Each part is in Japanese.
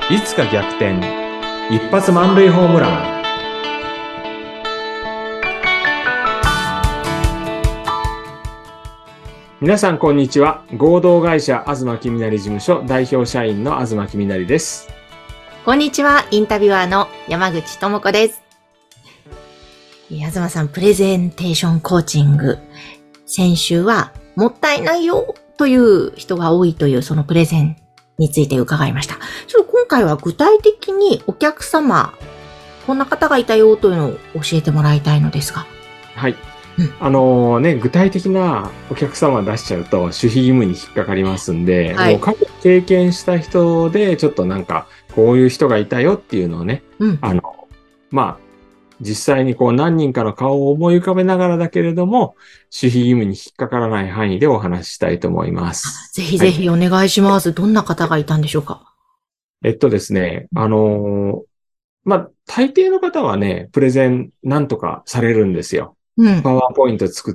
いつか逆転、一発満塁ホームラン。皆さんこんにちは。合同会社東君成事務所代表社員の東君成です。 こんにちは。インタビュアーの山口智子です。東さん、プレゼンテーションコーチング。先週はもったいないよという人が多いというそのプレゼンについて伺いました。ちょっと今回は具体的にお客様、こんな方がいたよというのを教えてもらいたいのですが。 はい。具体的なお客様を出しちゃうと守秘義務に引っかかりますんで、 はい、 もう過去経験した人でちょっとなんかこういう人がいたよっていうのをね、実際にこう何人かの顔を思い浮かべながらだけれども、守秘義務に引っかからない範囲でお話ししたいと思います。 ぜひぜひお願いします。どんな方がいたんでしょうか？ ですね、大抵の方はね、プレゼンなんとかされるんですよ。パワーポイント作って、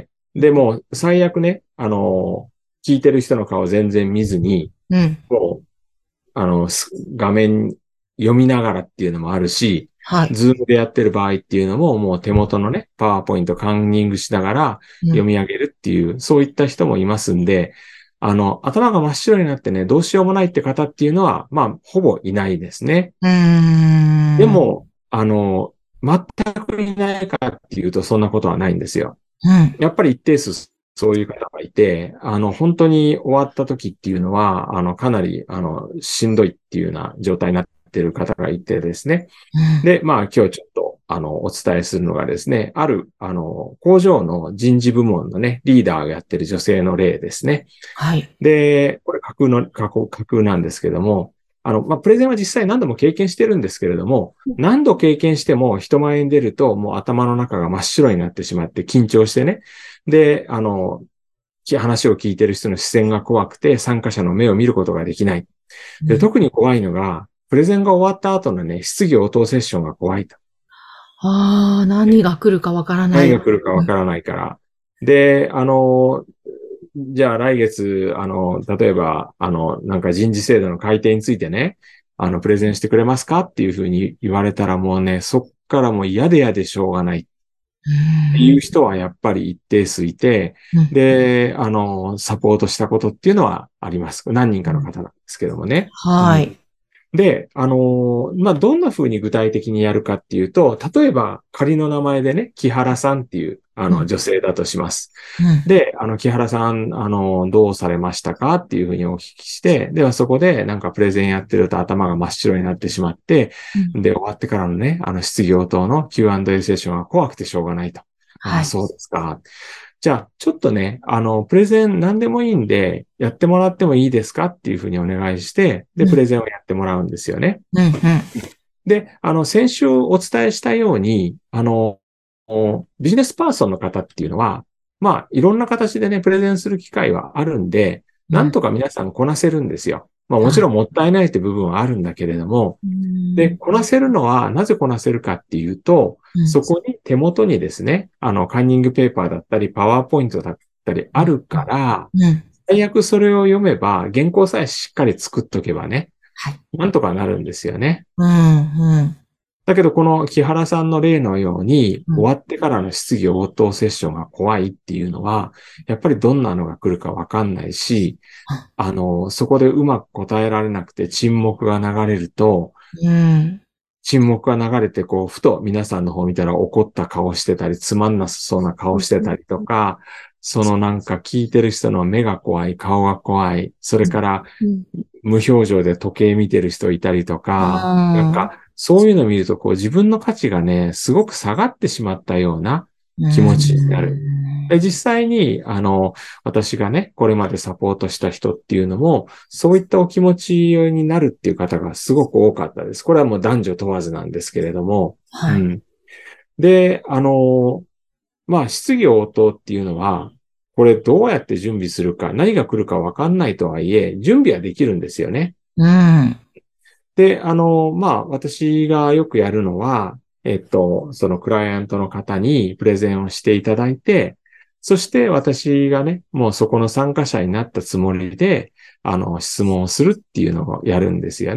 でも最悪ね、聞いてる人の顔全然見ずに、もう、画面読みながらっていうのもあるし、ズームでやってる場合っていうのも、もう手元のね、パワーポイントカンニングしながら読み上げるっていう、そういった人もいますんで、頭が真っ白になってね、どうしようもないって方っていうのは、ほぼいないですね。でも、全くいないかっていうと、そんなことはないんですよ。やっぱり一定数そういう方がいて、本当に終わった時っていうのは、かなり、しんどいっていうような状態になっている方がいてですね。で、今日ちょっと、お伝えするのがですね、ある、工場の人事部門のね、リーダーをやってる女性の例ですね。 はい。 で、これ架空なんですけども、プレゼンは実際何度も経験してるんですけれども、何度経験しても人前に出るともう頭の中が真っ白になってしまって緊張してね。で、話を聞いてる人の視線が怖くて参加者の目を見ることができない。で、特に怖いのが、プレゼンが終わった後のね、質疑応答セッションが怖いと。 何が来るかわからない。 何が来るかわからないから。で、じゃあ来月、例えば、なんか人事制度の改定についてね、プレゼンしてくれますかっていうふうに言われたらもうね、そっからもう嫌でしょうがないっていう人はやっぱり一定数いて、で、サポートしたことっていうのはあります。何人かの方なんですけどもね。 はい。 で、どんな風に具体的にやるかっていうと、例えば仮の名前でね、木原さんっていう、女性だとします。で、木原さん、どうされましたかっていうふうにお聞きして、ではそこでなんかプレゼンやってると頭が真っ白になってしまって、で、終わってからのね、質疑応答の Q&A セッションが怖くてしょうがないと。そうですか。じゃあ、ちょっとね、プレゼン何でもいいんで、やってもらってもいいですかっていうふうにお願いして、で、プレゼンをやってもらうんですよね。で、先週お伝えしたように、ビジネスパーソンの方っていうのは、いろんな形でね、プレゼンする機会はあるんで、なんとか皆さんこなせるんですよ。もちろんもったいないって部分はあるんだけれども、で、こなせるのはなぜこなせるかっていうと、そこに手元にですね、カンニングペーパーだったり、パワーポイントだったりあるから、最悪それを読めば、原稿さえしっかり作っとけばね、なんとかなるんですよね。だけど、この木原さんの例のように、終わってからの質疑応答セッションが怖いっていうのは、やっぱりどんなのが来るかわかんないし、そこでうまく答えられなくて沈黙が流れると、沈黙が流れて、こう、ふと皆さんの方を見たら怒った顔してたり、つまんなさそうな顔してたりとか、そのなんか聞いてる人の目が怖い、顔が怖い、それから無表情で時計見てる人いたりとか、なんかそういうのを見ると、こう自分の価値がね、すごく下がってしまったような気持ちになる。で実際に、私がね、これまでサポートした人っていうのも、そういったお気持ちになるっていう方がすごく多かったです。これはもう男女問わずなんですけれども。で、質疑応答っていうのは、これどうやって準備するか、何が来るかわかんないとはいえ、準備はできるんですよね。で、私がよくやるのは、そのクライアントの方にプレゼンをしていただいて、そして私がね、もうそこの参加者になったつもりで、質問をするっていうのをやるんですよね。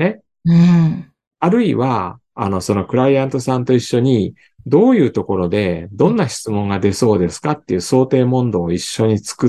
うん。 あるいは、そのクライアントさんと一緒に、どういうところで、どんな質問が出そうですかっていう想定問答を一緒に作って、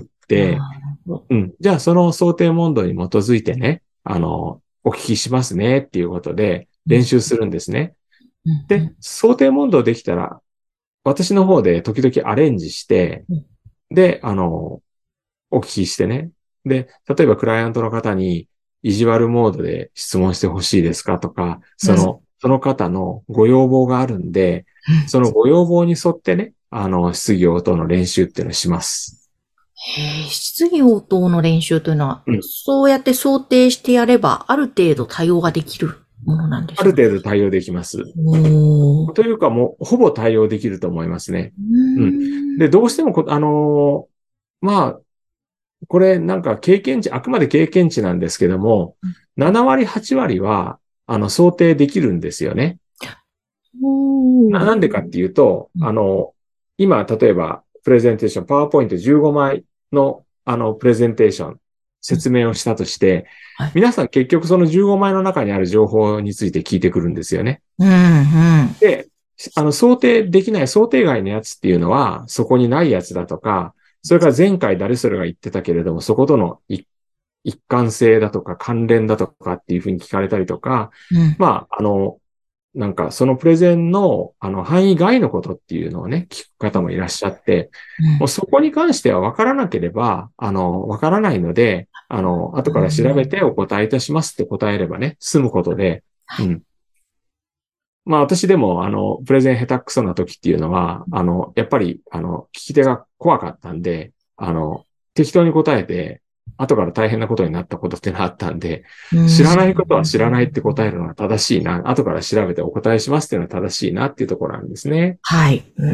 あーじゃあその想定問答に基づいてね、お聞きしますねっていうことでうん、 練習するんですね。 うん、うで、 ん、 想定問答できたら、私の方で時々アレンジして、 うん。 で、お聞きしてね。で、例えばクライアントの方に意地悪モードで質問してほしいですかとか、 うん。 その方のご要望があるんで、そのご要望に沿ってね、質疑応答の練習っていうのをします。 質疑応答の練習というのは、 うん。 そうやって想定してやれば、ある程度対応ができるものなんであるしょうか？ 程度対応できます。 おー。 というかもう、ほぼ対応できると思いますね。 ううん。 ーん。 で、どうしてもまあ、これなんか経験値、あくまで経験値なんですけども、7割、8割は、想定できるんですよね。 おー。 なんでかっていうと、 うん、 今、例えば、プレゼンテーション、パワーポイント15枚の、プレゼンテーション、 うん。 説明をしたとして、 はい。 皆さん結局その15枚の中にある情報について聞いてくるんですよね。 うん、うん。 で、想定できない想定外のやつっていうのは、そこにないやつだとか、それから前回誰それが言ってたけれども、そことの一貫性だとか関連だとかっていうふうに聞かれたりとか、 うん。 まあ、なんかそのプレゼンの範囲外のことっていうのをね、聞く方もいらっしゃって、 うん。 もうそこに関しては分からなければ、分からないので、後から調べてお答えいたしますって答えればね、済むことで、 はい。 うん。まあ私でも、プレゼン下手くそな時っていうのは、やっぱり、聞き手が怖かったんで、適当に答えて、後から大変なことになったことってのあったんで、 うん。 知らないことは知らないって答えるのが正しいな、後から調べてお答えしますっていうのは正しいなっていうところなんですね。 はい。うん、うん、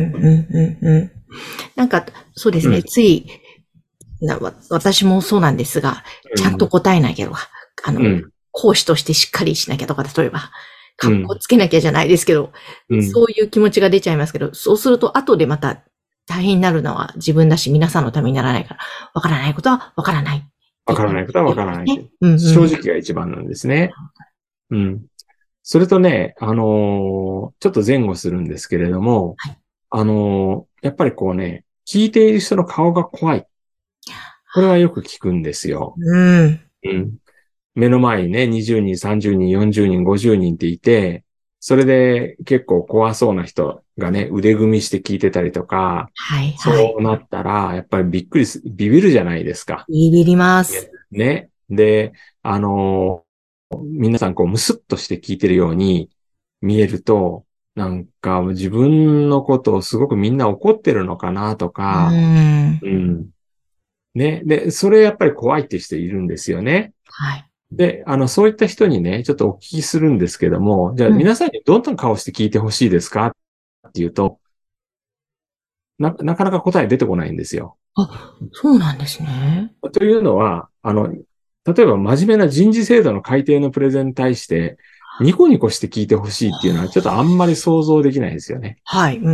うん、うん。なんか、そうですね。 うん、 つい、私もそうなんですが、ちゃんとうん、 答えなきゃとか、 うん、 講師としてしっかりしなきゃとか、例えば、 うん、 格好つけなきゃじゃないですけど、 うん。 そういう気持ちが出ちゃいますけど、そうすると後でまた大変になるのは自分だし、皆さんのためにならないから、わからないことはわからないってわ言ってからないことはわいいからないって。 ですね。うん、うん。 正直が一番なんですね。うん。それとね、ちょっと前後するんですけれども、 はい。 やっぱりこうね、聞いている人の顔が怖い。これはよく聞くんですよ。 うん。 うん。目の前にね、20人、30人、40人、50人っていて、それで結構怖そうな人がね、腕組みして聞いてたりとか、 はい、はい。 そうなったら、やっぱりビビるじゃないですか。 ビビります。 ね。で、あの皆さんこうムスッとして聞いてるように見えると、なんか自分のことをすごくみんな怒ってるのかなとうか、 ん。 うん。ね。で、それやっぱり怖いって人いるんですよね。 はい。 で、そういった人にね、ちょっとお聞きするんですけども、じゃあうん。 皆さんにどんな顔して聞いてほしいですかっていうと、なかなか答え出てこないんですよ。 あ、そうなんですね。 というのは、例えば真面目な人事制度の改定のプレゼンに対して、ニコニコして聞いてほしいっていうのは、ちょっとあんまり想像できないですよね。 はい。うん、うん、うん。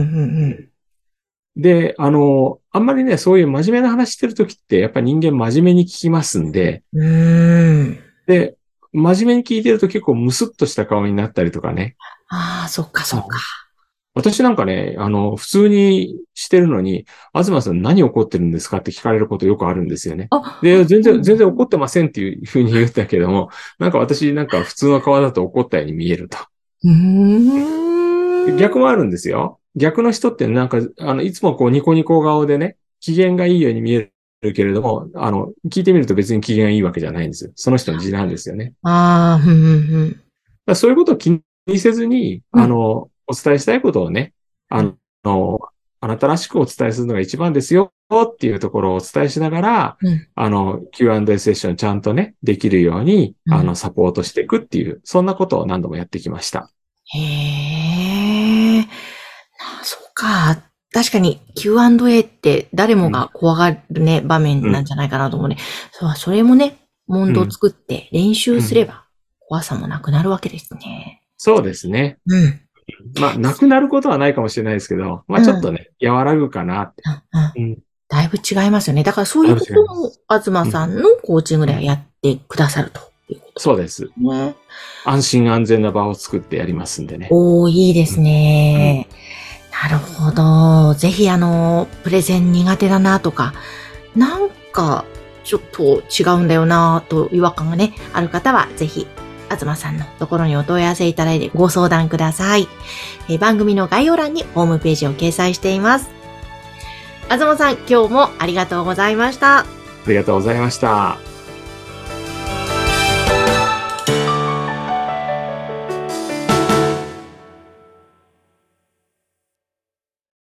で、あんまりね、そういう真面目な話してるときって、やっぱり人間真面目に聞きますんで、 うーん。 で、真面目に聞いてると結構ムスッとした顔になったりとかね。 ああ、そっか、そっか。 私なんかね、普通にしてるのに、東さん何怒ってるんですかって聞かれることよくあるんですよね。で、 あ、 全然怒ってませんっていうふうに言ったけども、なんか私なんか普通の顔だと怒ったように見えると。 うーん。 逆もあるんですよ。逆の人ってなんか、いつもこうニコニコ顔でね、機嫌がいいように見えるけれども、聞いてみると別に機嫌がいいわけじゃないんですよ。その人の字なんですよね。 ああ、ふんふんふん。 だからそういうことを気にせずに、 うん。 お伝えしたいことをね、あうん。 の、あなたらしくお伝えするのが一番ですよっていうところをお伝えしながら、 うん。 Q&A セッションちゃんとね、できるように、 うん。 サポートしていくっていう、そんなことを何度もやってきました。 へえ。そうか。確かに Q&A って誰もうん、 が怖がるね、場面うん、 なんじゃないかなと思うね。そう、それもね、問答うん、 作って練うん。 習すれば怖さもなくなるわけですね。 そうですね。 うん。 まあ、なくなることはないかもしれないですけど、まあ、 うん。 ちょっとね、和らぐかなって。 うん。うん。 うん。 だいぶ違いますよね。だからそういうあることを、 違います。 東うん、 さんのコーチングではやってくださると。 そうです。 ね。 安心安全な場を作ってやりますんでね。 いいですね。なるほど。ぜひプレゼン苦手だなとか、なんか、ちょっと違うんだよなと違和感がね、ある方は、ぜひ、東さんのところにお問い合わせいただいてご相談ください。番組の概要欄にホームページを掲載しています。東さん、今日もありがとうございました。 ありがとうございました。